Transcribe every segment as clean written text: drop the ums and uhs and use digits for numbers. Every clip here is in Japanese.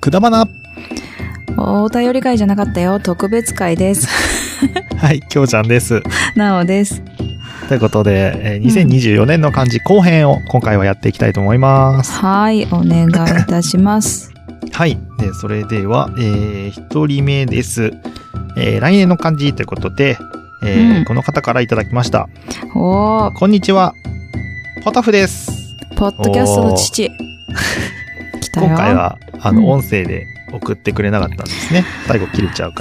くだばな。 お便り会じゃなかったよ。特別会です。 はい、きょうちゃんです。 なおです。 ということで、2024年の漢字後編を今回はやっていきたいと思います。 はい、お願いいたします。 はい。で、それでは、一人目です。来年の漢字ということで、この方からいただきました。 おー。 こんにちは。ポトフです。 ポッドキャストの父。来たよ。 今回は、音声で送ってくれなかったんですね。最後切れちゃうから。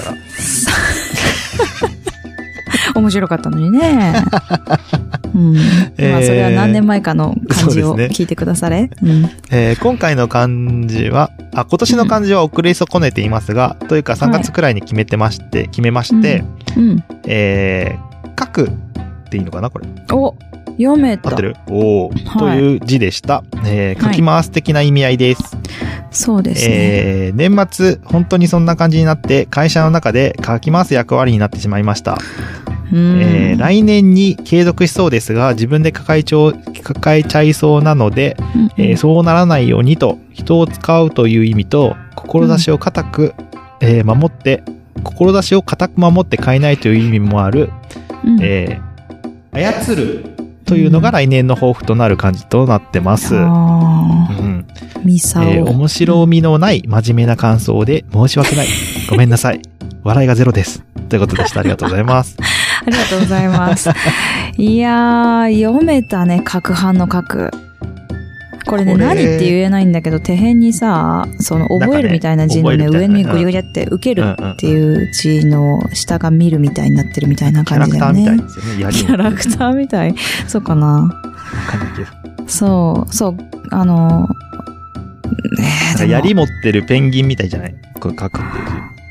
面白かったのにね。うん。まあ、それは何年前かの漢字を聞いてくだされ。うん。 今回の漢字は、今年の漢字は遅れ損ねていますが、というか3月くらいに決めまして、書くっていいのかなこれ。 お、読めた。 合ってる？おー、という字でした。書き回す的な意味合いです。 そうですね。 年末、本当にそんな感じになって、会社の中で書き回す役割になってしまいました。来年に継続しそうですが、自分で抱えちゃいそうなので、そうならないようにと、人を使うという意味と、志を固く守って変えないという意味もある、操るというのが来年の抱負となる漢字となってます。面白みのない真面目な感想で申し訳ない。ごめんなさい。笑いがゼロです。ということでした。ありがとうございます。 ありがとうございます。いやー、読めたね、角版の角。これね、何って言えないんだけど、手辺にさ、その覚えるみたいな字のね、上にぐりぐりって受けるっていう字の下が見るみたいになってるみたいな感じだよね。 キャラクターみたいですよね。 キャラクターみたい。そうかな。 わかんないけど。 そう、 槍持ってるペンギンみたいじゃないこれ書くっていう字。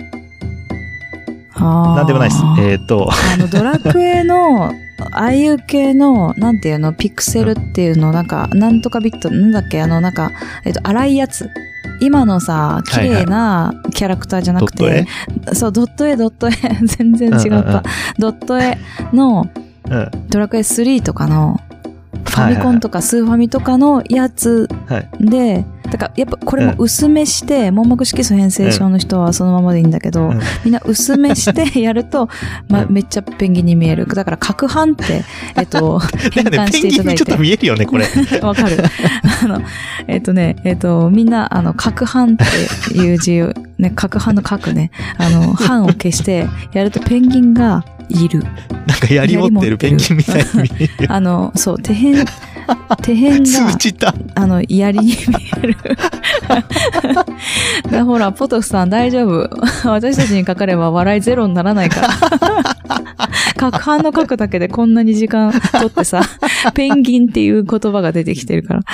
なんでもないです。 ドラクエの、ああいう系の、なんていうの、ピクセルっていうの、なんとかビット、なんだっけ、荒いやつ。今のさ、綺麗なキャラクターじゃなくて、そう、ドット絵、全然違った。ドット絵の、ドラクエ3とかの、ファミコンとかスーファミとかのやつで、だからやっぱこれも薄めして、網膜色素変性症の人はそのままでいいんだけど、みんな薄めしてやると、めっちゃペンギンに見える。だから角版って、変換していただいて。 ペンギンにちょっと見えるよね、これ。 わかる。みんな、角版っていう字を、ね、角版の角ね、版を消してやるとペンギンがいる。 なんか槍持ってるペンギンみたいに見える。 そう、手辺が、 通じた。 槍に見える。ほら、ポトフさん大丈夫。私たちにかかれば笑いゼロにならないから。角版の書くだけでこんなに時間取ってさ、ペンギンっていう言葉が出てきてるから。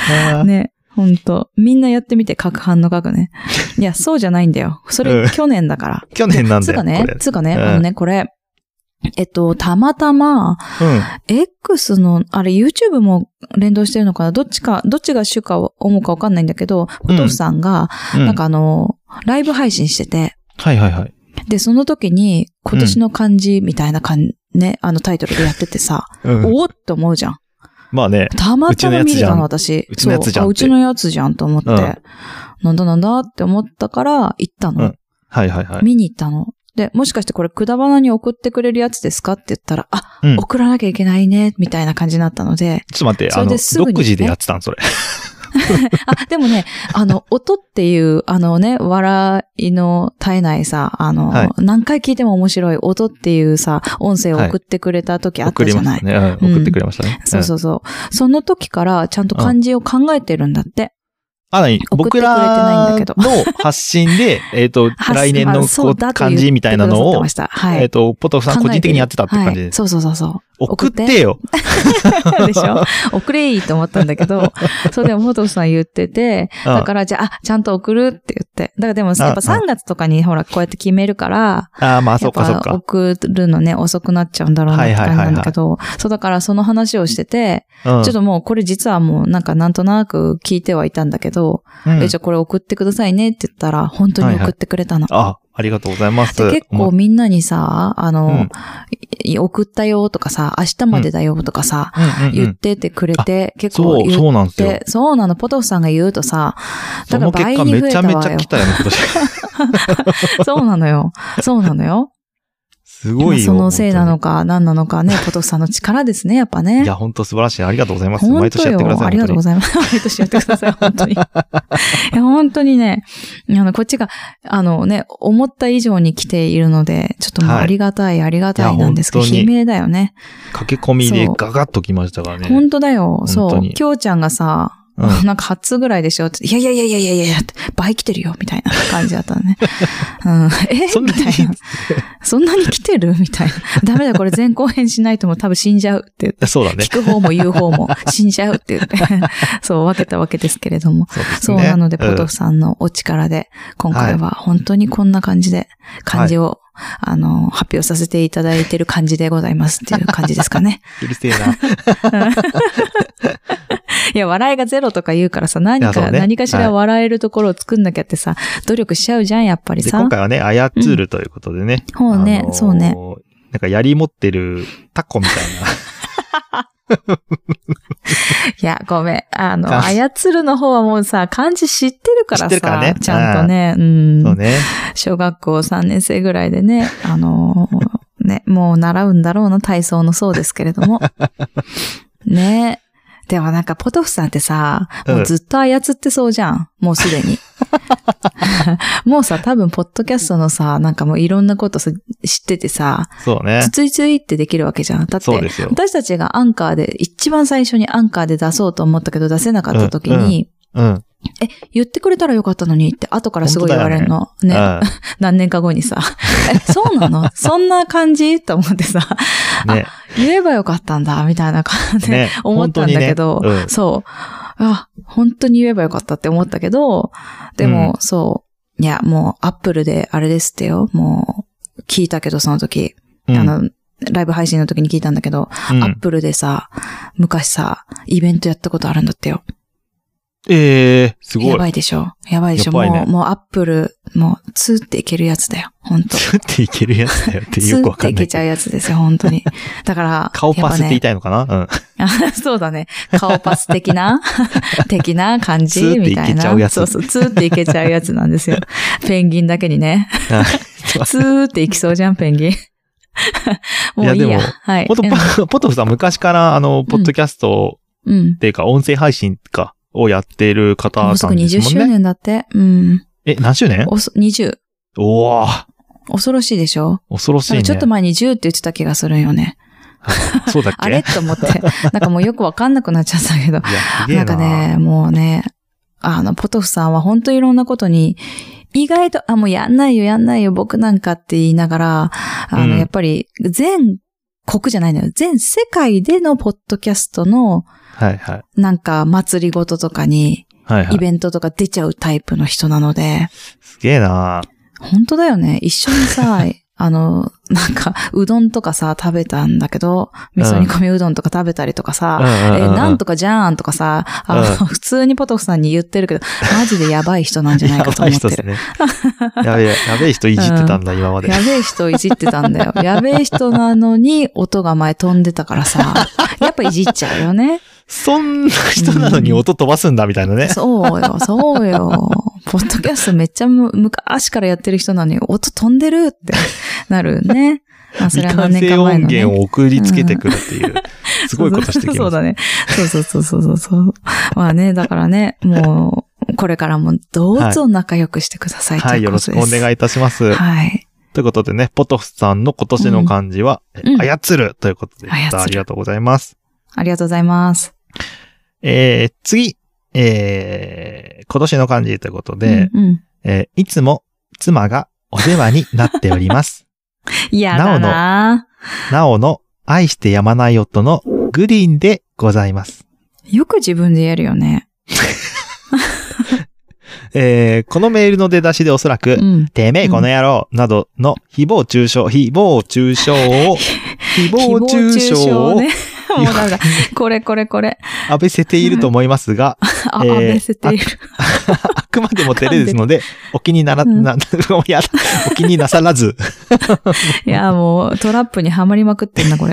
ね。ほんと。みんなやってみて、角版の書くね。いや、そうじゃないんだよ。それ、去年だから。 去年なんだよ。 つうかね、これ。たまたま、X の、あれ YouTube も連動してるのかなどっちが主か思うかわかんないんだけど、ポトフさんが、ライブ配信してて。 はいはいはい。 で、その時に、今年の漢字みたいなタイトルでやっててさ、おーって思うじゃん。 まあね。 たまたま見れたの、私。 うちのやつじゃん。 うちのやつじゃんと思って。なんだって思ったから行ったの。 はいはいはい。 見に行ったの。で、もしかしてこれくだばなに送ってくれるやつですかって言ったら、送らなきゃいけないね、みたいな感じになったので。 ちょっと待って、独自でやってたんそれ。 でもね、音っていう、笑いの絶えないさ、何回聞いても面白い音っていうさ、音声を送ってくれた時あったじゃない。 送ってくれましたね。 そうそうそう。その時からちゃんと漢字を考えてるんだって。 僕らの発信で、来年の漢字みたいなのを、ポトフさん個人的にやってたって感じです。 そう。 送ってよ。 でしょ送れいいと思ったんだけど、そうでもポトフさん言ってて、だからじゃあ、ちゃんと送るって言って。だからでもやっぱ3月とかにほらこうやって決めるから、 まあそうかそうか。 送るのね、遅くなっちゃうんだろうなって感じなんだけど、そうだからその話をしてて、ちょっともうこれ実はもうなんとなく聞いてはいたんだけど、じゃあこれ送ってくださいねって言ったら、本当に送ってくれたの。 あありがとうございます。 結構みんなにさ、送ったよとかさ、明日までだよとかさ、言っててくれて、結構言って、 そうなんですよ。 そうなの、ポトフさんが言うとさ、だから倍に増えたわよ。 めちゃめちゃ来たよね、今年。 そうなのよ。そうなのよ。 すごいよ。 そのせいなのか、何なのかね、ポトフさんの力ですね、やっぱね。 いや、本当素晴らしい。ありがとうございます。毎年やってください。 ありがとうございます。毎年やってください、本当に。いや、本当にね、こっちが、思った以上に来ているので、ちょっともうありがたい、ありがたいなんですけど、悲鳴だよね。 駆け込みでガガッと来ましたからね。 本当だよ。そう。きょうちゃんがさ、なんか8つぐらいでしょって。いや、倍来てるよ、みたいな感じだったね。 そんなにみたいな。そんなに来てるみたいな。ダメだ、これ前後編しないともう多分死んじゃうって言って。 そうだね。 聞く方も言う方も死んじゃうって言って。そう、分けたわけですけれども。そうなので、ポトフさんのお力で、今回は本当にこんな感じで、漢字を、発表させていただいてる感じでございますっていう感じですかね。 うるせえな。 いや、笑いがゼロとか言うからさ、何かしら笑えるところを作んなきゃってさ、努力しちゃうじゃん、やっぱりさ。 今回はね、操るということでね。 そうね、そうね。 なんか槍持ってるタコみたいな。 いや、ごめん。操るの方はもうさ、漢字知ってるからさ。 知ってるからね。 ちゃんとね。 そうね。 小学校3年生ぐらいでね、ね、もう習うんだろうな、体操のそうですけれども。ね。でもなんかポトフさんってさ、もうずっと操ってそうじゃん。もうすでに。もうさ、多分ポッドキャストのさ、なんかもういろんなことさ知っててさ、 そうね。 ついついってできるわけじゃん。だって、私たちがアンカーで、一番最初にアンカーで出そうと思ったけど出せなかった時に、言ってくれたらよかったのにって後からすごい言われるの。ね。何年か後にさ、そうなのそんな感じと思ってさ、ね、言えばよかったんだ、みたいな感じで思ったんだけど、そう。本当に言えばよかったって思ったけど、でも、そう。いや、もう、アップルであれですってよ。もう、聞いたけど、その時。ライブ配信の時に聞いたんだけど、アップルでさ、昔さ、イベントやったことあるんだってよ。 すごい。 やばいでしょ。やばいでしょ。ね、もうアップル、もう、ツーっていけるやつだよ。本当ツーっていけるやつだよってよくわかんない。 ツーっていけちゃうやつですよ、本当に。だから。 顔パスって言いたいのかな、 そうだね。顔パス的な感じみたいな。ツーっていけちゃうやつ。そうそう、ツーっていけちゃうやつなんですよ。ペンギンだけにね。ツーっていきそうじゃん、ペンギン。もういいや。はい。 ポトフさん昔からポッドキャストっていうか音声配信をやっている方なんですもんね。 もうすぐ20周年だって。 何周年 ？20。 おー。 恐ろしいでしょ？ 恐ろしいね。 ちょっと前に10って言ってた気がするんよね。 そうだっけ？ あれと思って。なんかもうよくわかんなくなっちゃったけど。なんかね、もうね、ポトフさんは本当いろんなことに、意外と、もうやんないよ、僕なんかって言いながら、やっぱり、全国じゃないのよ。全世界でのポッドキャストの、なんか祭りごととかに、イベントとか出ちゃうタイプの人なので。 すげえな。 本当だよね。一緒にさ、なんか、うどんとかさ、食べたんだけど、味噌煮込みうどんとか食べたりとかさ、なんとかじゃーんとかさ、普通にポトフさんに言ってるけど、マジでやばい人なんじゃないかと思ってる。 やばい人ですね。やべえ人いじってたんだ、今まで。 やべえ人いじってたんだよ。やべえ人なのに、音が前飛んでたからさ、やっぱいじっちゃうよね。 そんな人なのに音飛ばすんだみたいなね。 そうよ。ポッドキャストめっちゃ昔からやってる人なのに音飛んでるってなるね。それは何年か前の、ね。 未完成音源を送りつけてくるっていう、すごいことしてきます。 そうだね。そう。まあね、だからね、もう、これからもどうぞ仲良くしてくださいということです。はい、 よろしくお願いいたします。 はい。 ということでね、ポトフさんの今年の漢字は、操るということでした。ありがとうございます。 ありがとうございます。 次、今年の漢字ということで、いつも妻がお世話になっております。 いやだな。 なおの愛してやまない夫のグリーンでございます。 よく自分で言えるよね。 このメールの出だしでおそらく、てめえこの野郎などの誹謗中傷をもうなんか、これ。 浴びせていると思いますが、 浴びせている。 あくまでも照れですので、お気になさらず。 いや、もうトラップにはまりまくってんな、これ。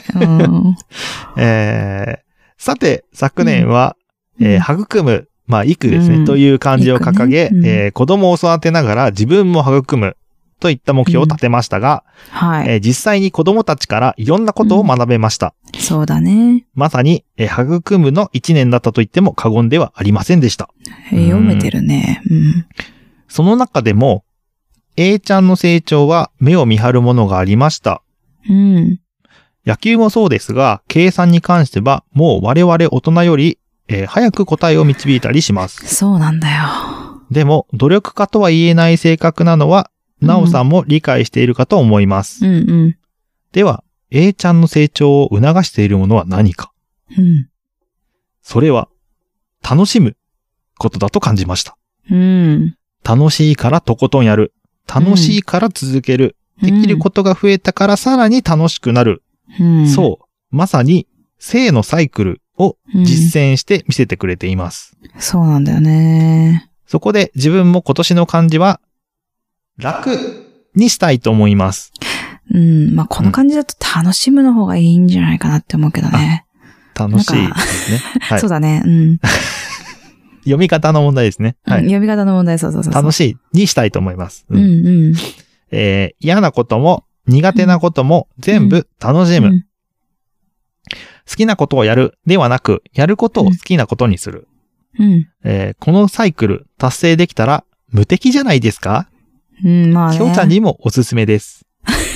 さて、昨年は、育む、育ですね、という漢字を掲げ、子供を育てながら自分も育むといった目標を立てましたが、実際に子供たちからいろんなことを学べました。 そうだね。 まさに、育むの一年だったと言っても過言ではありませんでした。 読めてるね。 その中でも、A ちゃんの成長は目を見張るものがありました。野球もそうですが、計算に関してはもう我々大人より、早く答えを導いたりします。 そうなんだよ。 でも、努力家とは言えない性格なのは、なおさんも理解しているかと思います。では、A ちゃんの成長を促しているものは何か。それは、楽しむことだと感じました。楽しいからとことんやる。楽しいから続ける。できることが増えたからさらに楽しくなる。そう。まさに、正のサイクルを実践して見せてくれています。 そうなんだよね。 そこで自分も今年の漢字は、楽にしたいと思います。 この感じだと楽しむの方がいいんじゃないかなって思うけどね。 楽しいですね。 はい、そうだね。 読み方の問題ですね。 読み方の問題、そう。 楽しいにしたいと思います。嫌なことも苦手なことも全部楽しむ。好きなことをやるではなく、やることを好きなことにする。このサイクル達成できたら無敵じゃないですか？きょうちゃんにもおすすめです。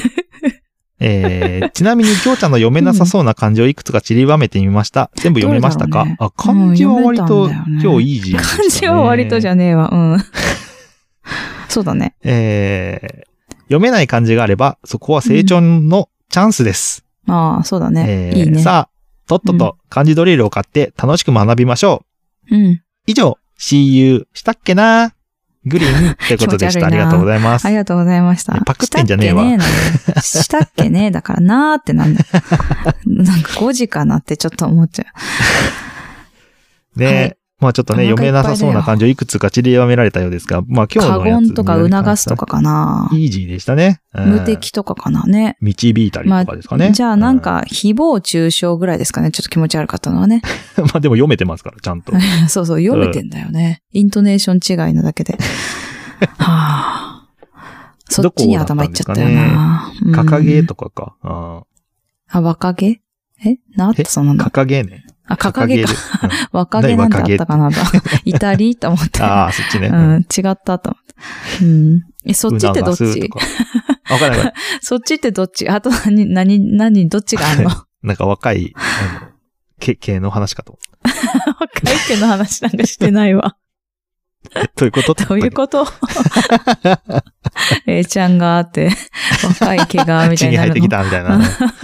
ちなみにきょうちゃんの読めなさそうな漢字をいくつか散りばめてみました。全部読めましたか？漢字は割と今日イージーでしたね。 漢字は割とじゃねえわ。そうだね。 読めない漢字があれば、そこは成長のチャンスです。 そうだね。いいね。 さあ、とっとと漢字ドリルを買って楽しく学びましょう。以上、See you したっけなグリーンってことでした。ありがとうございます。 ありがとうございました。 パクってんじゃねえわ。 したっけねえだからなーってなんだよ。なんか5時かなってちょっと思っちゃう。 ねちょっとね、読めなさそうな漢字をいくつか散りばめられたようですが、今日のやつ。 過言とか促すとかかな。 イージーでしたね。 無敵とかかなね。 導いたりとかですかね。 じゃあなんか、誹謗中傷ぐらいですかね。ちょっと気持ち悪かったのはね。 でも読めてますから、ちゃんと。 そう、読めてんだよね。イントネーション違いなだけで。そっちに頭いっちゃったよな。 掲げとかか。 若気？なんてそんなんだ。 掲げね。 掲げか。若気なんてあったかなと。いたりと思って。 そっちね。 違ったと思って。そっちってどっち？ わかんない。 そっちってどっち？あと何、どっちがあるの？ なんか若い、系の話かと思った。 若い系の話なんかしてないわ。 どういうこと？ どういうこと？ちゃんがあって、若い毛が、みたいな。 血に入ってきた、みたいな。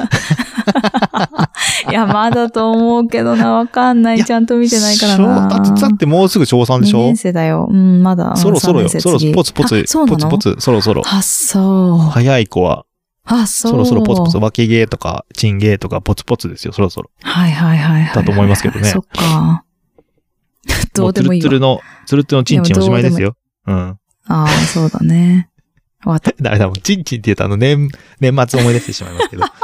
いや、まだと思うけどな、わかんない。ちゃんと見てないからな。 だってもうすぐ小3でしょ？ 2 年生だよ。まだ。 そろそろよ。そろそろ、ポツポツ、そろそろ。 そう。 早い子は。 そう。 そろそろポツポツ、脇毛とか、チン毛とか、ポツポツですよ、そろそろ。 はい。 だと思いますけどね。 そっか。どうでもいいわ。 ツルツルのチンチンおしまいですよ。 そうだね。 ダメだもん。チンチンって言うと年末思い出してしまいますけど。い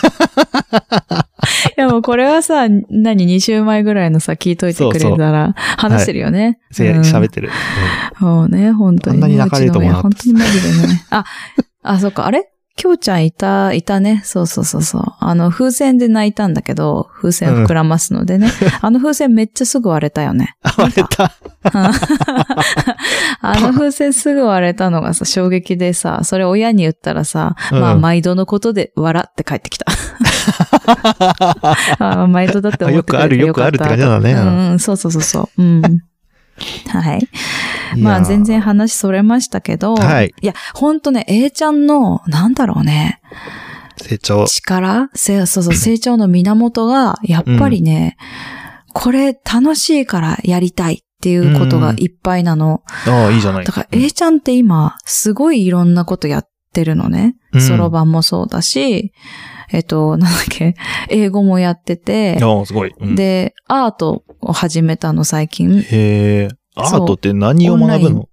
やもうこれはさ、2週前ぐらいのさ、聞いといてくれたら、話してるよね。 喋ってる。 そうね、本当に。 あんなに泣かれると思うな。 本当にマジでね。そっか、あれきょうちゃんいたね。そう。風船で泣いたんだけど、風船膨らますのでね。風船めっちゃすぐ割れたよね。 割れた。 風船すぐ割れたのがさ、衝撃でさ、それ親に言ったらさ、毎度のことで笑って帰ってきた。毎度だって思ってくれてよくあるって感じだね。 そう。はい。全然話それましたけど、いや、ほんとね、A ちゃんの、なんだろうね。 成長。 成長の源が、やっぱりね、これ楽しいからやりたいっていうことがいっぱいなの。 いいじゃない。 だから A ちゃんって今、すごいいろんなことやってるのね。そろばんもそうだし、 なんだっけ、英語もやってて、 すごい。 で、アートを始めたの、最近。 へー。アートって何を学ぶの？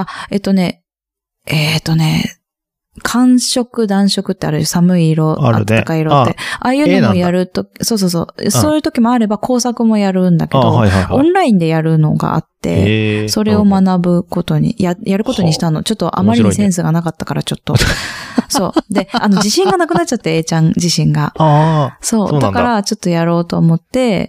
寒色、暖色ってある寒い色、暖かい色って。ああいうのもやると、そう。そういう時もあれば工作もやるんだけど、オンラインでやるのがあって、それを学ぶことに、やることにしたの。ちょっとあまりにセンスがなかったからちょっと。そう。で、自信がなくなっちゃって、A ちゃん自身が。そう。だからちょっとやろうと思って、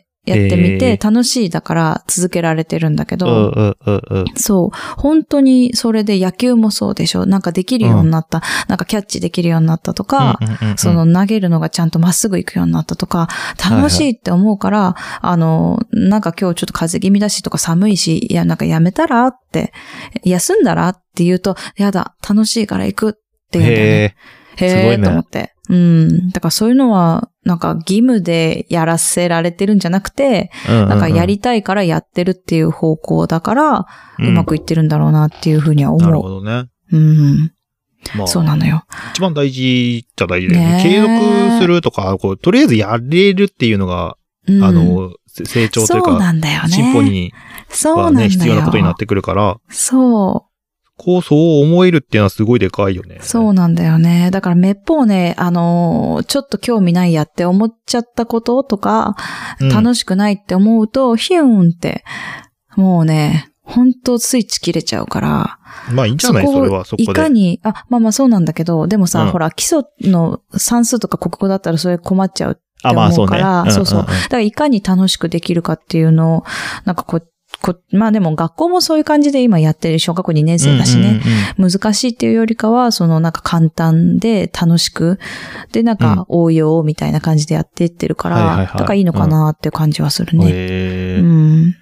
やってみて、楽しいだから続けられてるんだけど、そう。本当にそれで野球もそうでしょ。なんかできるようになった。なんかキャッチできるようになったとか、その投げるのがちゃんとまっすぐ行くようになったとか、楽しいって思うから、なんか今日ちょっと風邪気味だしとか寒いし、いや、なんかやめたらって、休んだらって言うと、やだ、楽しいから行くって言うんだよね。へーと思って。だからそういうのは、なんか義務でやらせられてるんじゃなくて、なんかやりたいからやってるっていう方向だから、うまくいってるんだろうなっていうふうには思う。なるほどね。 まあ、そうなのよ。 一番大事っちゃ大事だよね。継続するとか、とりあえずやれるっていうのが、成長というか、 そうなんだよね。 進歩にはね、必要なことになってくるから、 そう思えるっていうのはすごいでかいよね。 そうなんだよね。だからめっぽうね、ちょっと興味ないやって思っちゃったこととか、楽しくないって思うと、ヒューンって、もうね、ほんとスイッチ切れちゃうから。 まあいいんじゃないそれはそこで。 いかに、まあそうなんだけど、でもさ、ほら、基礎の算数とか国語だったらそれ困っちゃうって思うから、そう。だからいかに楽しくできるかっていうのを、なんかまあでも学校もそういう感じで今やってる小学校2年生だしね、難しいっていうよりかは、なんか簡単で楽しく、でなんか応用みたいな感じでやっていってるから、だからいいのかなっていう感じはするね。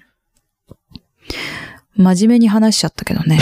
真面目に話しちゃったけどね。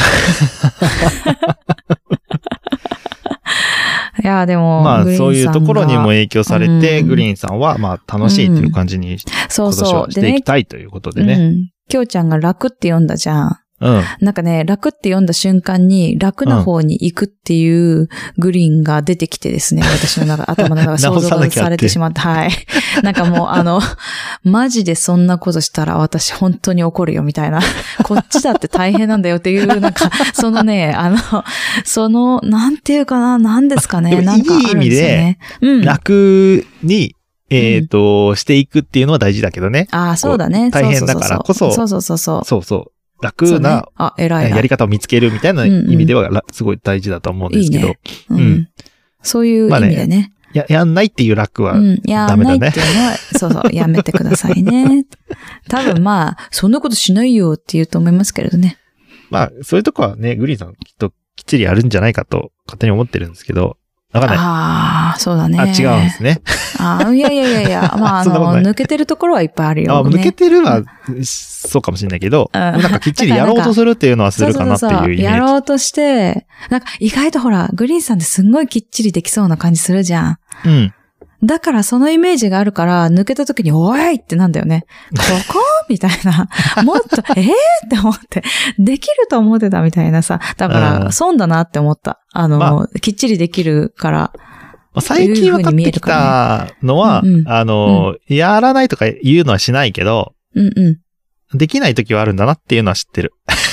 いや、でも、 まあ、そういうところにも影響されて、グリーンさんは、まあ、楽しいっていう感じに、今年はしていきたいということでね。 きょうちゃんが楽って読んだじゃん。なんかね、楽って読んだ瞬間に楽な方に行くっていうグリーンが出てきてですね、私の頭の中が想像がされてしまって、はい。なんかもうマジでそんなことしたら私本当に怒るよみたいな、こっちだって大変なんだよっていう、なんか、そのね、なんていうかな、なんですかね、なんかあるんですよね。 いい意味で、楽に、していくっていうのは大事だけどね。 そうだね。 大変だからこそ。そう。楽なやり方を見つけるみたいな意味ではすごい大事だと思うんですけど。 そういう意味でね。 やんないっていう楽はダメだね。 やんないっていうのは、そう、やめてくださいね。多分まあ、そんなことしないよって言うと思いますけれどね。 まあ、そういうとこはね、グリーンさんきっときっちりやるんじゃないかと勝手に思ってるんですけど。わかんない。 そうだね。 違うんですね。 いや、まあ、抜けてるところはいっぱいあるよ、ね。 抜けてるのは、そうかもしれないけど、なんかきっちりやろうとするっていうのはするかなっていうイメージ。 やろうとして、なんか意外とほら、グリーンさんってすんごいきっちりできそうな感じするじゃん。だからそのイメージがあるから、抜けた時に、おいってなんだよね。ここみたいな。もっと、って思って、できると思ってたみたいなさ。だから、損だなって思った。きっちりできるから。 最近分かってきたのは、やらないとか言うのはしないけど、できない時はあるんだなっていうのは知ってる。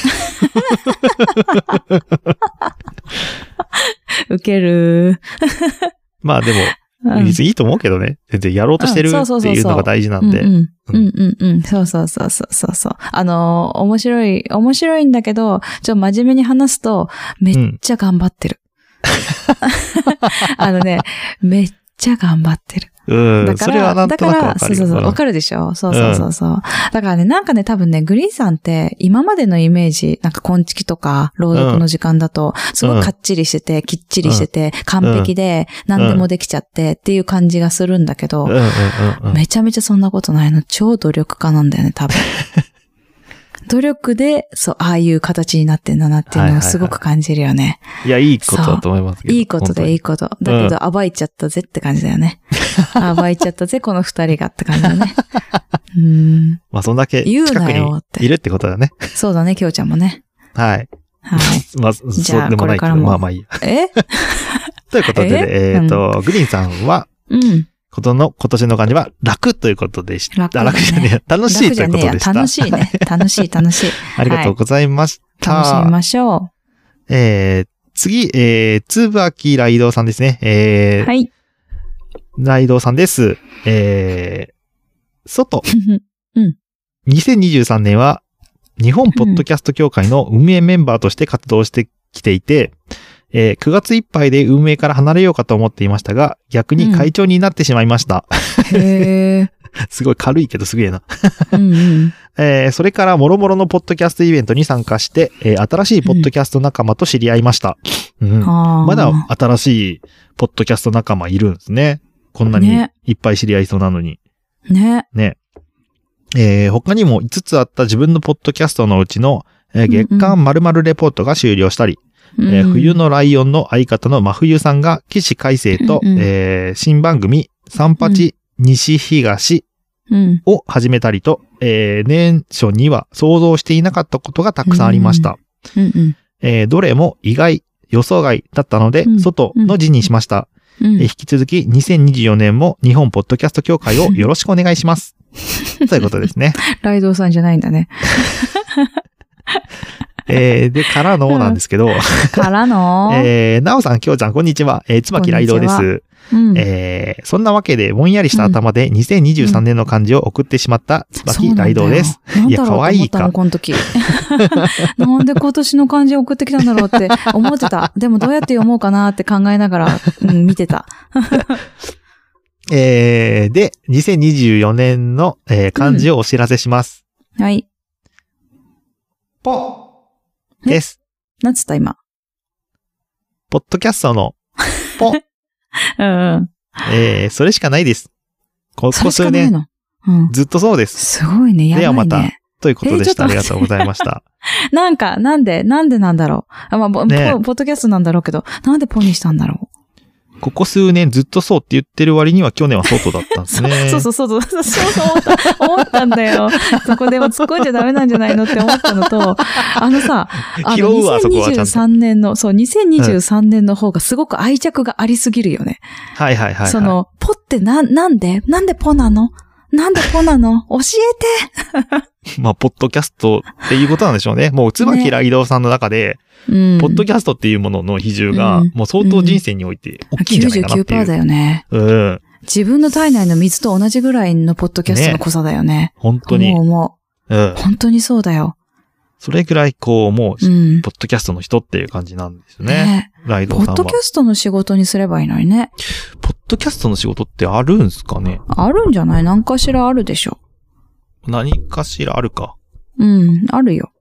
ウケる。 まあでも、いいと思うけどね。全然やろうとしてるっていうのが大事なんで。 そう。面白いんだけど、真面目に話すと、めっちゃ頑張ってる。めっちゃ頑張ってる。 それはなんとなくわかる。 わかるでしょ。そう。だからね、なんかね、多分ね、グリーンさんって今までのイメージ、なんか昆虫とか朗読の時間だと、すごいかっちりしてて、きっちりしてて、完璧で、何でもできちゃってっていう感じがするんだけど、めちゃめちゃそんなことないの。超努力家なんだよね、多分。努力で、ああいう形になってんだなっていうのをすごく感じるよね。 いや、いいことだと思いますけど。 いいことでいいこと。だけど、暴いちゃったぜって感じだよね。暴いちゃったぜ、この二人がって感じだね。 まあ、そんだけ近くにいるってことだね。 そうだね、きょうちゃんもね。 はい。まあ、そうでもないけど、まあいい。 ということで、グリーンさんは、 うん。 今年の漢字は楽ということでした。楽じゃねえ。楽しいということでした。 楽しいね。楽しい。 ありがとうございました。 楽しみましょう。次、つばきらいどうさんですね。 はい。 らいどうさんです。外。 うん。 2023年は、日本ポッドキャスト協会の運営メンバーとして活動してきていて、9月いっぱいで運営から離れようかと思っていましたが、逆に会長になってしまいました。 へー。 すごい軽いけどすげえな。 うんうん。 それから諸々のポッドキャストイベントに参加して、新しいポッドキャスト仲間と知り合いました。まだ新しいポッドキャスト仲間いるんですね。こんなにいっぱい知り合いそうなのに。 ね。 他にも5つあった自分のポッドキャストのうちの、月刊〇〇レポートが終了したり、冬のライオンの相方の真冬さんが起死回生と、新番組三八西東を始めたりと、年初には想像していなかったことがたくさんありました。どれも意外、予想外だったので、外の字にしました。引き続き2024年も日本ポッドキャスト協会をよろしくお願いします。ということですね。 ライドウさんじゃないんだね。 で、からのなんですけど。 からのなおさん、きょうちゃん、こんにちは。つばきらいどうです。そんなわけで、ぼんやりした頭で2023年の漢字を送ってしまったつばきらいどうです。 いや、かわいいか。この時。なんで今年の漢字を送ってきたんだろうって思ってた。でもどうやって読もうかなって考えながら、見てた。 で、2024年の、漢字をお知らせします。 はい。 ポです。 なんつった今。 ポッドキャストのポ。それしかないです。ここ数年、ずっとそうです。 すごいね。やばいね。 ではまた、ということでした。ありがとうございました。 なんでなんだろう。ポッドキャストなんだろうけど、なんでポにしたんだろう。 ここ数年ずっとそうって言ってる割には去年は外だったんですね。 そう思ったんだよ。そこでも突っ込んじゃダメなんじゃないのって思ったのと、2023年の、2023年の方がすごく愛着がありすぎるよね。 はい。 ポってなんでポなのなんでポなの教えてまあ、ポッドキャストっていうことなんでしょうね。もう、つばきらいどうさんの中で、ポッドキャストっていうものの比重が、もう相当人生において大きいんじゃないかなっていう。 99% だよね。自分の体内の水と同じぐらいのポッドキャストの濃さだよね。 本当に。 思う。本当にそうだよ。 それくらい、もう、ポッドキャストの人っていう感じなんですよね。ライドさんは。 ポッドキャストの仕事にすればいいのにね。 ポッドキャストの仕事ってあるんすかね？ あるんじゃない？何かしらあるでしょ。 何かしらあるか。 あるよ。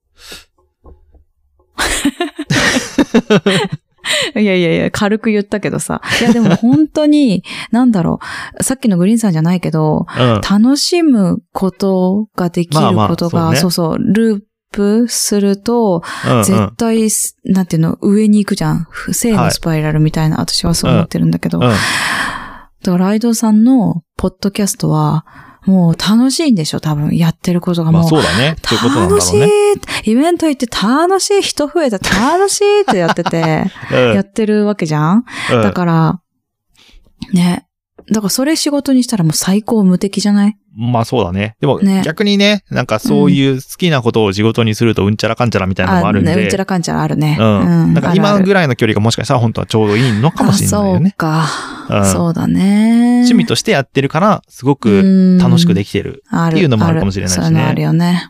いや、軽く言ったけどさ。いや、でも本当に、さっきのグリーンさんじゃないけど、楽しむことができることが、ループすると、絶対、なんていうの、上に行くじゃん。正のスパイラルみたいな、私はそう思ってるんだけど。だからライドさんのポッドキャストは、もう楽しいんでしょ、多分。やってることがもう。 そうだね。っていうことなんだろうね。楽しい。イベント行って楽しい。人増えた。楽しいってやってて、やってるわけじゃん。だから、ね。だからそれ仕事にしたらもう最高無敵じゃない？ まあそうだね。でも逆にね、なんかそういう好きなことを仕事にするとうんちゃらかんちゃらみたいなのもあるんで。 うんちゃらかんちゃらあるね。 なんか今ぐらいの距離がもしかしたら本当はちょうどいいのかもしれないよね。 そうか。そうだね。 趣味としてやってるから、すごく楽しくできてるっていうのもあるかもしれないしね。 そういうのあるよね。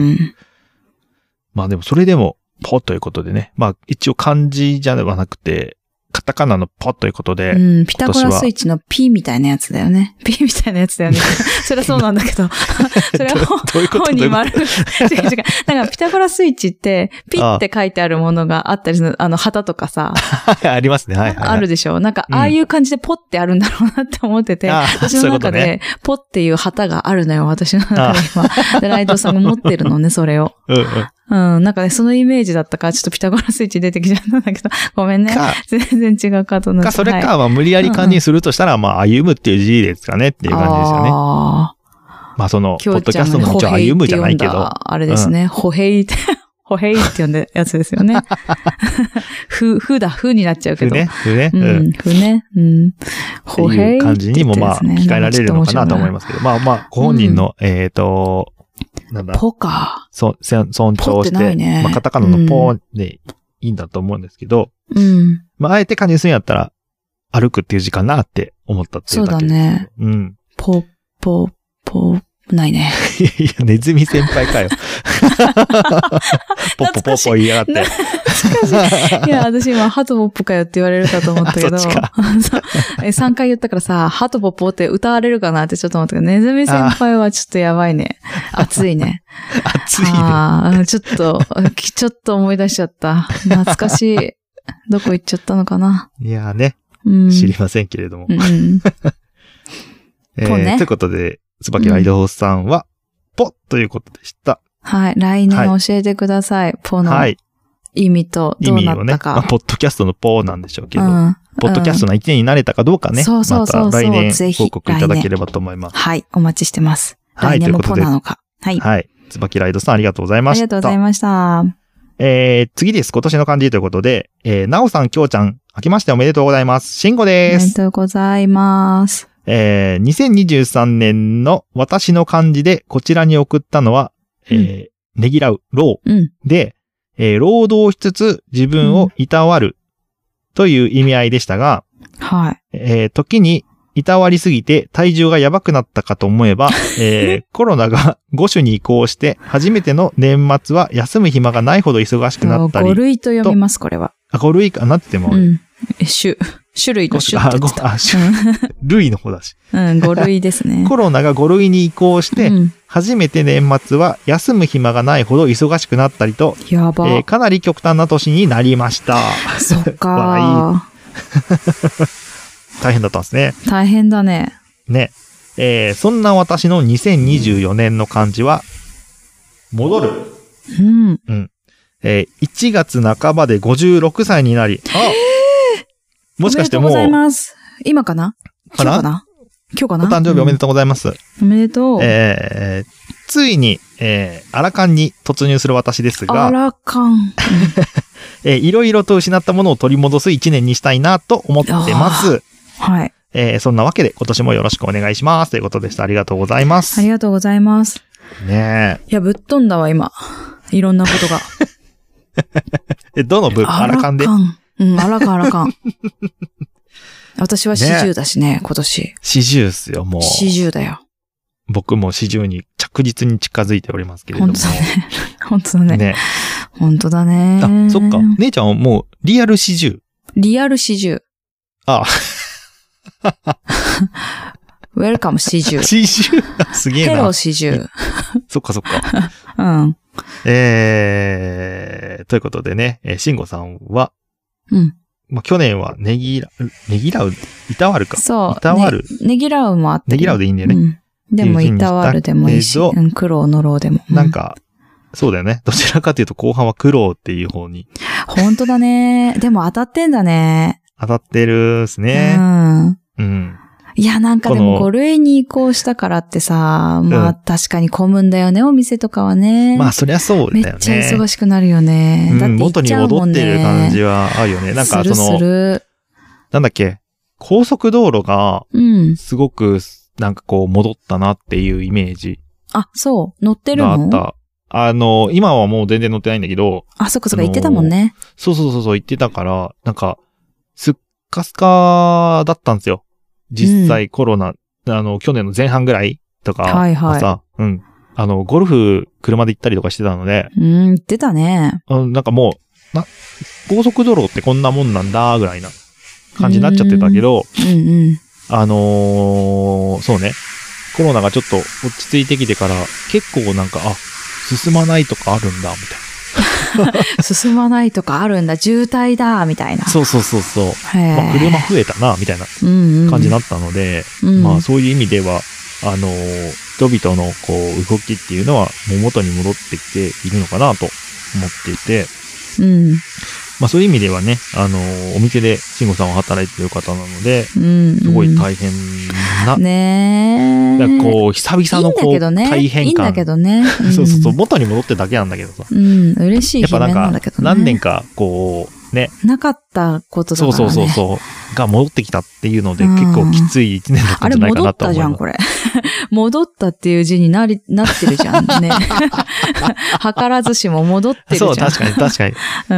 まあでもそれでも、ポということでね。まあ一応漢字じゃなくて、カタカナのポということで。 ピタゴラスイッチの P みたいなやつだよね。P みたいなやつだよね。それはそうなんだけど。それは本に丸。違う。なんかピタゴラスイッチって、ピって書いてあるものがあったりする、旗とかさ。 ありますね。はい。 あるでしょ。なんか、ああいう感じでポってあるんだろうなって思ってて、私の中で、ポっていう旗があるのよ、私の中で今。で、ライドさんが持ってるのね、それを。なんかね、そのイメージだったから、ちょっとピタゴラスイッチ出てきちゃったんだけど、ごめんね。全然違うカードになっちゃった。 それか、まあ、無理やり漢字にするとしたら、まあ、歩むっていう字ですかねっていう感じですよね。まあ、その、ポッドキャストの道を歩むじゃないけど。 あれですね、歩兵って、 ほへいって呼んでやつですよね。ふになっちゃうけど。 ふね。 ふね。ほへい。 っていう感じにもまあ、聞かえられるのかなと思いますけど。まあ、ご本人の、なんだ。 ポか。 尊重して、まあ、カタカナのポでいいんだと思うんですけど、まあ、あえて漢字にするんやったら、歩くっていう字かなって思ったっていうだけ。 そうだね。ポ、ないね。 いや、ネズミ先輩かよ。ポッポポッポ言いやがって。 いや、私今、ハトポッポかよって言われるかと思ったけど、3回言ったからさ、ハトポッポって歌われるかなってちょっと思ったけど、ネズミ先輩はちょっとやばいね。熱いね。 熱いね。 ちょっと思い出しちゃった。懐かしい。どこ行っちゃったのかな。 いやね。知りませんけれども。ということで、椿ライドさんは、ポということでした。 はい。来年教えてください。ポの意味とどうなったか。 意味をね。ポッドキャストのポなんでしょうけど、ポッドキャストの1年になれたかどうかね。 そう。 また来年報告いただければと思います。 はい。お待ちしてます。来年もポなのか。はい。 はい。椿ライドさんありがとうございました。 ありがとうございました。 次です。今年の漢字ということで、なおさん、きょうちゃん、明けましておめでとうございます。しんごです。 おめでとうございます。 2023年の私の漢字でこちらに送ったのは、ねぎらう、労で、労働しつつ自分をいたわるという意味合いでしたが、時にいたわりすぎて体重がやばくなったかと思えば、コロナが5種に移行して初めての年末は休む暇がないほど忙しくなったり。 5類と読みます、これは。 5類かなっても。 種類の種って言ってた。 類の方だし。 5類ですね。 コロナが5類に移行して、初めて年末は休む暇がないほど忙しくなったりと、かなり極端な年になりました。 そっか。 大変だったんですね。 大変だね。 ね。そんな私の2024年の漢字は、戻る。1月半ばで56歳になり、もしかしてもう。おめでとうございます。 今かな今日かなお誕生日おめでとうございます。 おめでとう。 ついに、アラカンに突入する私ですが、 アラカン。 いろいろと失ったものを取り戻す1年にしたいなと思ってます。 はい。 そんなわけで今年もよろしくお願いします。ということでした。ありがとうございます。 ありがとうございます。 ねえ。 いや、ぶっ飛んだわ、今。いろんなことが。 どの部分アラカンでアラカン。私は40だしね、今年。 40っすよ、もう。 40だよ。 僕も40に着実に近づいておりますけれども。 本当だね。本当だね。 あ、そっか。姉ちゃんはもうリアル40。 リアル40。 ああ。 ウェルカム40。 40? すげえな。 ヘロ40。 そっか。ということでね、慎吾さんは、まあ、去年はねぎらう、いたわるか。 そう。 いたわる。 ねぎらうもあって。 ねぎらうでいいんだよね。 でもいたわるでもいいし、苦労の労でも。 なんか、そうだよね。どちらかというと後半は苦労っていう方に。 本当だね。でも当たってんだね。 当たってるっすね。いや、なんかでも5類に移行したからってさ、まあ確かに混むんだよね、お店とかはね。 まあそりゃそうだよね。 めっちゃ忙しくなるよね。だって元に戻ってる感じはあるよね。なんかなんだっけ、高速道路が、すごくなんかこう戻ったなっていうイメージ。 あ、そう、乗ってるの？ あった。今はもう全然乗ってないんだけど。 あ、そっか言ってたもんね。 そう言ってたから、なんか、すっかすかだったんですよ。実際コロナ、去年の前半ぐらいとかさ、ゴルフ車で行ったりとかしてたので。 言ってたね。 なんかもう、高速道路ってこんなもんなんだ、ぐらいな感じになっちゃってたけど、そうね、コロナがちょっと落ち着いてきてから結構なんか、進まないとかあるんだ、みたいな。 進まないとかあるんだ、渋滞だ、みたいな。 そう。まあ、車増えたな、みたいな感じになったので、まあそういう意味では、人々のこう動きっていうのはもう元に戻ってきているのかなと思っていて、 まあそういう意味ではね、お店で慎吾さんは働いてる方なので、 うんうん、 すごい大変な。 ねえ。 こう、久々のこう、大変感。 いいんだけどね。 そうそうそう、元に戻ってるだけなんだけどさ。 うん、嬉しい悲鳴なんだけどね。 何年か、こう、ね。 なかったことだからね。 そう。が戻ってきたっていうので、結構きつい一年だったんじゃないかなと思います。 あれ戻ったじゃん、これ。戻ったっていう字になってるじゃんね。図らずしも戻ってるじゃん。 そう、確かに。 うん。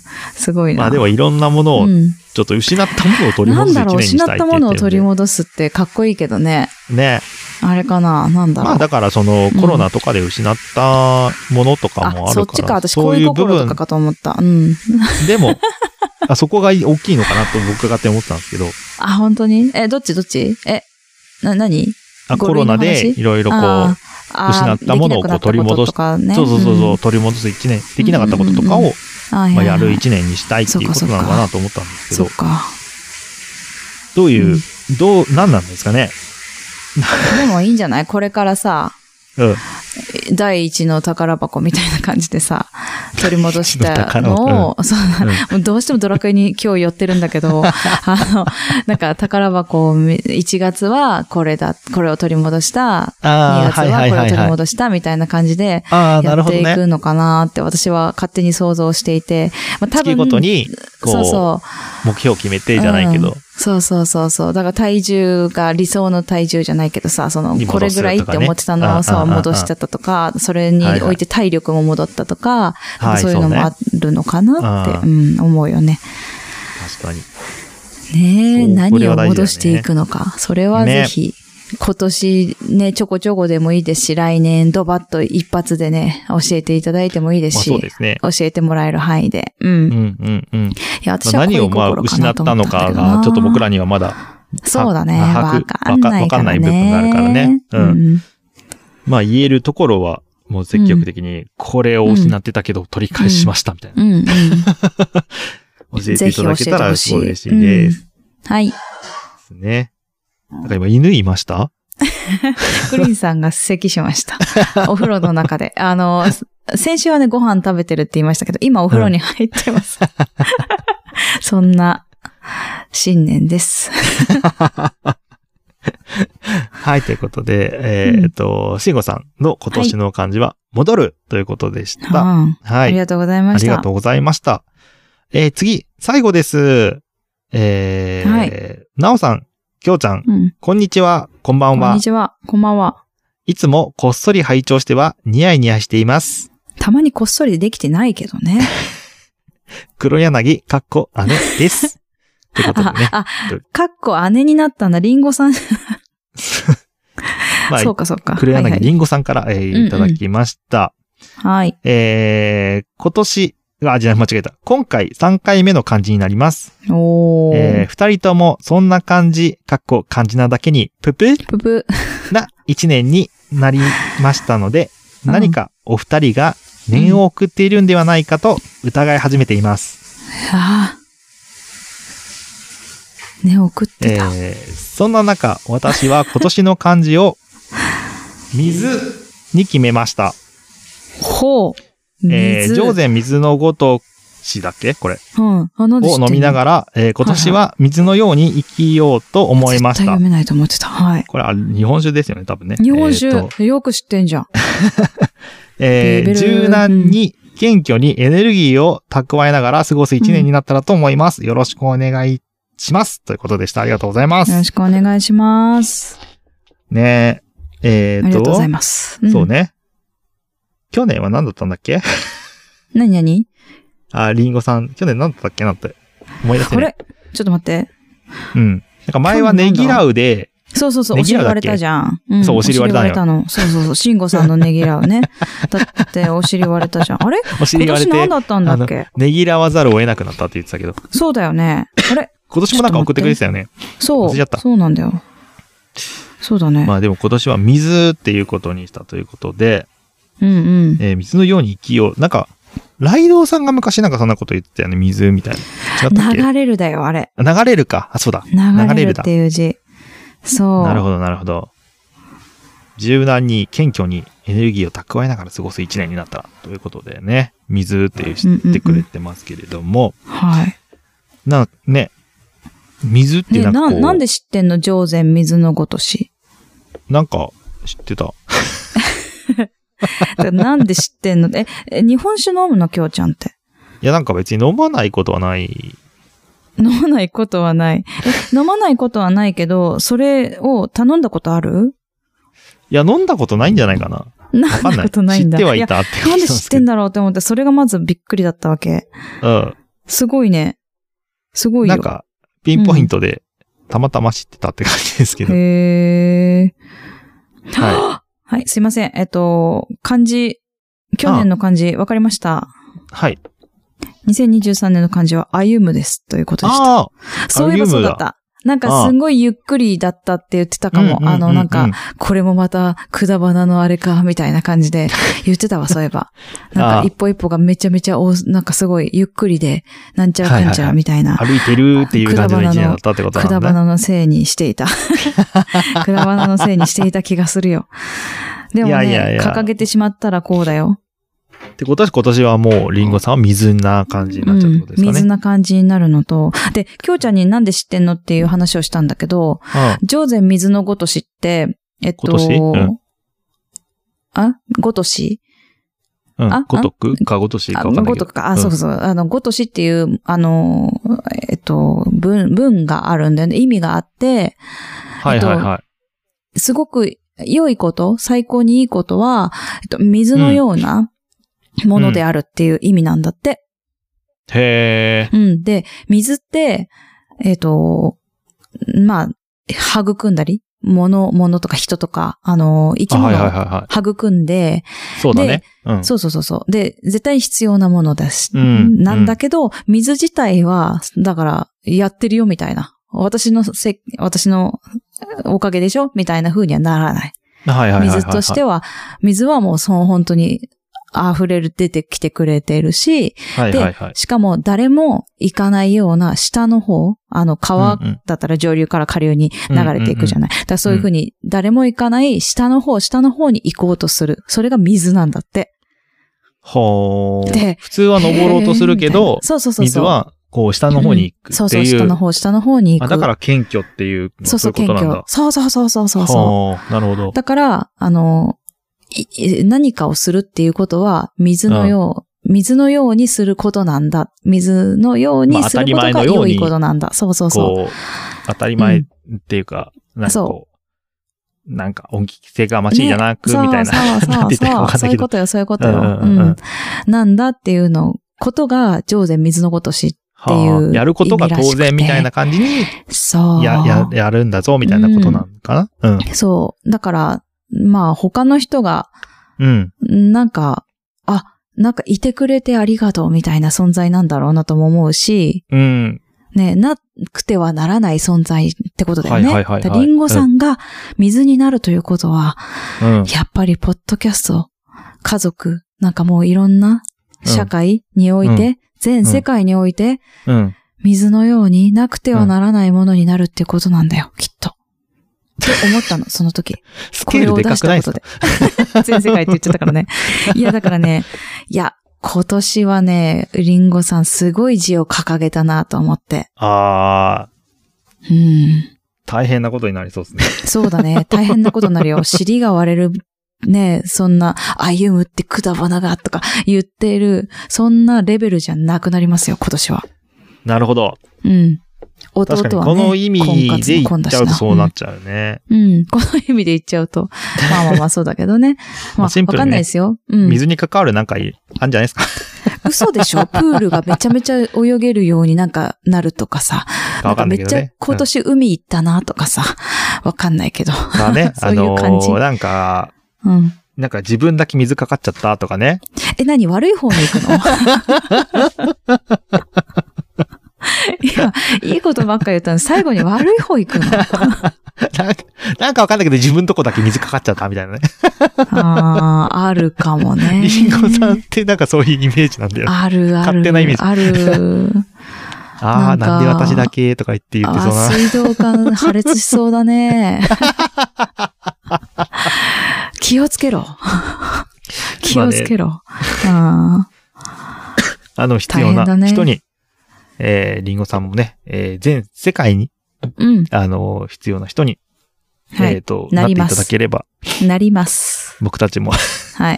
すごいな。 まあでもいろんなものを、ちょっと失ったものを取り戻す一年にしたいって言って、 失ったものを取り戻すってかっこいいけどね。 ね。 あれかな、なんだろう。 まあだからそのコロナとかで失ったものとかもあるから、 そっちか、私恋心とかかと思った。うん。 でも、そこが大きいのかなと僕がって思ってたんですけど。 あ、本当に？どっち？何？ コロナでいろいろこう、失ったものをこう取り戻す。そう、取り戻す一年、できなかったこととかを、まあやる一年にしたいっていうことなのかなと思ったんですけど。 そうか。 どういう、何なんですかね。 でもいいんじゃない？これからさ、第一の宝箱みたいな感じでさ、取り戻したのを、どうしてもドラクエに今日寄ってるんだけど、なんか宝箱を1月はこれを取り戻した、2月はこれを取り戻したみたいな感じで、やっていくのかなって私は勝手に想像していて、まあ多分月ごとに、こう、目標を決めてじゃないけど、 そう。だから体重が理想の体重じゃないけどさ、これぐらいって思ってたのをさ、戻しちゃったとか、それにおいて体力も戻ったとか、そういうのもあるのかなって、思うよね。 確かに。 ねえ、何を戻していくのか。それはぜひ、今年ね、ちょこちょこでもいいですし、来年ドバッと一発でね、教えていただいてもいいですし、 そうですね、 教えてもらえる範囲で。いや、私は何を失ったのかが、ちょっと僕らにはまだ、 そうだね。わかんない部分があるからね。まあ言えるところは、もう積極的に、これを失ってたけど取り返しましたみたいな。教えていただけたらすごい嬉しいです。 はい。 ですね。なんか今犬いました？ クリンさんが咳しました。お風呂の中で。先週はね、ご飯食べてるって言いましたけど、今お風呂に入ってます。そんな、新年です。 はい、ということで、慎吾さんの今年の漢字は、戻るということでした。はい。 ありがとうございました。 ありがとうございました。次、最後です。なおさん、きょうちゃん、こんにちは、こんばんは。 こんにちは、こんばんは。 いつもこっそり拝聴してはニヤニヤしています。 たまにこっそりできてないけどね。 黒柳、姉です。ということでね。 姉になったんだ、リンゴさん。 まあ、 そうか。 黒柳りんごさんから、いただきました。 はい。 今年、間違えた。今回3回目の漢字になります。2人ともそんな漢字、漢字なだけに、ぷぷな1年になりましたので、何かお二人が念を送っているんではないかと疑い始めています。 念を送ってた。 そんな中、私は今年の漢字を、水に決めました。 ほう。 上善水のごとしだっけこれ。を飲みながら、今年は水のように生きようと思いました。 絶対読めないと思ってた。はい。 これ、日本酒ですよね、多分ね。 日本酒、よく知ってんじゃん。 柔軟に、謙虚にエネルギーを蓄えながら過ごす一年になったらと思います。よろしくお願いします。ということでした。ありがとうございます。 よろしくお願いします。 ねえ。ありがとうございます。 そうね。去年は何だったんだっけ？ 何リンゴさん。去年何だったっけなって思い出せね。 これちょっと待って。 なんか前はねぎらうで。 そう。お尻割れたじゃん。 そう、お尻割れたの。 そう。慎吾さんのねぎらうね。だってお尻割れたじゃん。あれ？ お尻割れて。 今年何だったんだっけ？ ねぎらわざるを得なくなったって言ってたけど。 そうだよね。あれ？ 今年もなんか送ってくれてたよね。 そう。そうなんだよ。そうだね。 まあでも今年は水っていうことにしたということで。水のように生きよう。なんか、ライドウさんが昔なんかそんなこと言ってたよね。水みたいな。違ったっけ？ 流れるだよ、あれ。 流れるか。そうだ。 流れるっていう字。そう。 なるほど。 柔軟に謙虚にエネルギーを蓄えながら過ごす一年になったということでね、水って知ってくれてますけれども、 はい。 水ってなんかこう、 なんで知ってんの？上善水のごとし。 なんか知ってた。 なんで知ってんの？日本酒飲むの？きょうちゃんって。 いや、なんか別に飲まないことはない。 飲まないことはない。飲まないことはないけど、それを頼んだことある？ いや、飲んだことないんじゃないかな。わかんない。 ことないんだ。 知ってはいたって感じなんで知ってんだろうって思って、それがまずびっくりだったわけ。 うん。 すごいね。すごいよ。 なんか、ピンポイントで、たまたま知ってたって感じですけど。 へー。はい。はい、すいません。漢字、去年の漢字、わかりました。 はい。 2023年の漢字は歩むです。ということでした。そういえばそうだった。なんかすごいゆっくりだったって言ってたかも。なんか、これもまた、果花のあれか、みたいな感じで言ってたわ、そういえば。なんか一歩一歩がめちゃめちゃ、なんかすごいゆっくりで、なんちゃらかんちゃらみたいな。 歩いてるっていう感じの一年だったってことなんだね。 果花のせいにしていた。果花のせいにしていた気がするよ。でもね、掲げてしまったらこうだよ。 ってことは今年はもうリンゴさんは水な感じになっちゃうってことですかね。 水な感じになるのと、で、きょうちゃんになんで知ってんのっていう話をしたんだけど、上善水のごとしって、 ごとし？ ごとし？ ごとくかごとしかわかんないけど。 ごとくか。そうそう。ごとしっていう、文があるんだよね。意味があって、 はいはいはい。 すごく良いこと、最高にいいことは、水のようなものであるっていう意味なんだって。 へー。で、水って、まあ、育んだり、物とか人とか、生き物を育んで、 そうだね。 そう。で、絶対必要なものだし、なんだけど、水自体は、だから、やってるよみたいな。私のおかげでしょみたいな風にはならない。水としては、水はもう本当に出てきてくれてるし、で、しかも誰も行かないような下の方、川だったら上流から下流に流れていくじゃない。だからそういう風に誰も行かない下の方に行こうとする。それが水なんだって。 で、普通は登ろうとするけど、水は、こう、下の方に行くっていう。 そう、下の方に行く。 だから謙虚っていう、 そう、 謙虚。 そう。 なるほど。 だから、何かをするっていうことは、水のようにすることなんだ。水のようにすることが良いことなんだ。そう。 当たり前っていうか、なんか恩着せがましいじゃなく、みたいな。 そういうことよ。なんだっていうことが、上善水のごとしっていう。 やることが当然みたいな感じに、やるんだぞ、みたいなことなのかな？ そう。だから、まあ他の人が、なんかいてくれてありがとうみたいな存在なんだろうなとも思うし、ね、なくてはならない存在ってことだよね。リンゴさんが水になるということは、やっぱりポッドキャスト、家族、なんかもういろんな社会において、全世界において、水のようになくてはならないものになるってことなんだよ、きっと。って思ったの、その時。 スケールでかくないですか？ これを出したことで。全世界って言っちゃったからね。いや、だからね、今年はね、リンゴさんすごい字を掲げたなと思って。 大変なことになりそうですね。 そうだね、大変なことになるよ。尻が割れる、ね、そんな、歩むって果花がとか言っている、そんなレベルじゃなくなりますよ、今年は。 なるほど。 弟はね、 確かにこの意味で言っちゃうとそうなっちゃうね。 この意味で言っちゃうと。まあそうだけどね。わかんないですよ。 水に関わるなんかあるんじゃないですか。 嘘でしょ？プールがめちゃめちゃ泳げるようになんかなるとかさ。なんかめっちゃ今年海行ったなとかさ。わかんないけど。 まあね、 そういう感じ。 なんか自分だけ水かかっちゃったとかね。 何悪い方に行くの？いや、いいことばっか言ったの最後に悪い方行くの？ なんかわかんないけど自分とこだけ水かかっちゃったみたいなね。 あるかもね。 リンゴさんってなんかそういうイメージなんだよ。 ある。 勝手なイメージ。 ある。 なんで私だけとか言ってそうな。 水道管破裂しそうだね。 気をつけろ。気をつけろ。 必要な人に、リンゴさんもね、全世界に、必要な人に、なっていただければ。 なります。 僕たちも。 はい。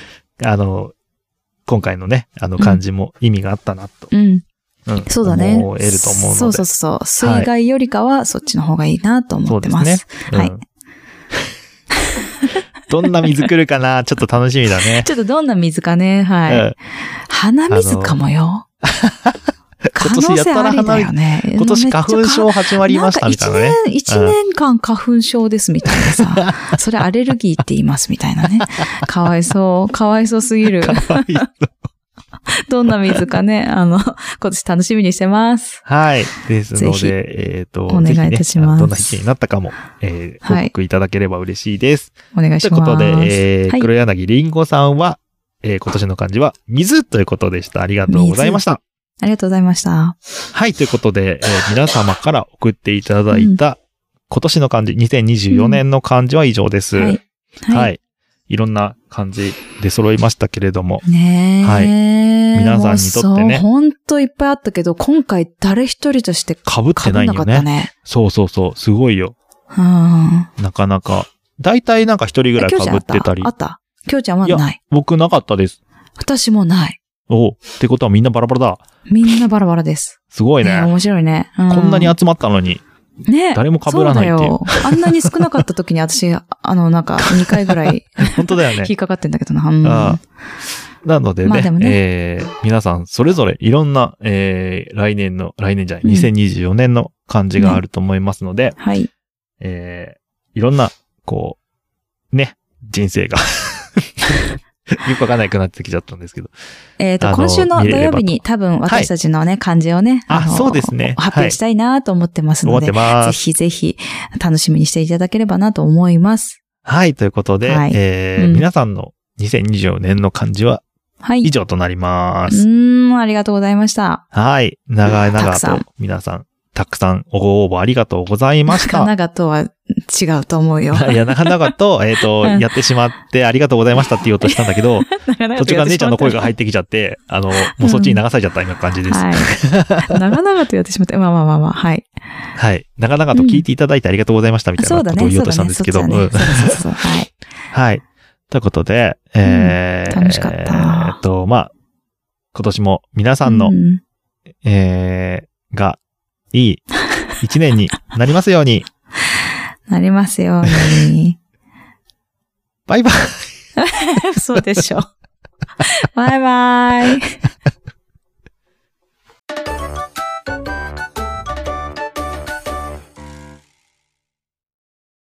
今回のね、漢字も意味があったなと。 そうだね。 思えると思うので。 そう。水害よりかはそっちの方がいいなと思ってます。そうですね。はい。 どんな水来るかなちょっと楽しみだね。 ちょっとどんな水かね。はい。鼻水かもよ。 今年やったら花見、今年花粉症始まりましたみたいなね。 1年間花粉症ですみたいなさ。それアレルギーって言いますみたいなね。かわいそうすぎる。どんな水かね、今年楽しみにしてます。 はい。ですので、 お願いいたします。 どんな意見になったかも、報告いただければ嬉しいです。 お願いします。 ということで、黒柳りんごさんは、今年の漢字は水ということでした。ありがとうございました。 ありがとうございました。 はい。ということで、皆様から送っていただいた、今年の漢字、2024年の漢字は以上です。はい。いろんな漢字で揃いましたけれども。 ねえ。 はい。皆さんにとってね。 ほんといっぱいあったけど、今回誰一人として被ってないよね。 被んなかったね。 そう。すごいよ。なかなか。だいたいなんか一人ぐらい被ってたり。 あった。きょうちゃんはない。 僕なかったです。 私もない。 ってことはみんなバラバラだ。 みんなバラバラです。 すごいね。 面白いね。 こんなに集まったのに。ね。誰も被らないっていう。そうだよ。 あんなに少なかった時に私、なんか2回ぐらい。 本当だよね。 引っかかってんだけどな。 なのでね、皆さんそれぞれいろんな、来年じゃない、2024年の漢字があると思いますので、 はい。 いろんな、人生がよくわかんなくなってきちゃったんですけど。 今週の土曜日に多分私たちのね、漢字をね、 そうですね。 発表したいなと思ってますので、ぜひぜひ楽しみにしていただければなと思います。 はい、ということで、皆さんの2024年の漢字は以上となります。 ありがとうございました。 はい、長々と皆さん、たくさんご応募ありがとうございました。 長々とは違うと思うよ。 いや、長々と、やってしまってありがとうございましたって言おうとしたんだけど、途中から姉ちゃんの声が入ってきちゃって、もうそっちに流されちゃった今感じです。 はい。長々とやってしまって、まあ、はい。 はい。長々と聞いていただいてありがとうございましたみたいなことを言おうとしたんですけど。そう。はい。はい。ということで、 楽しかった。 今年も皆さんの、が、いい一年になりますように。 なりますように。 バイバイ。 そうでしょ。バイバイ。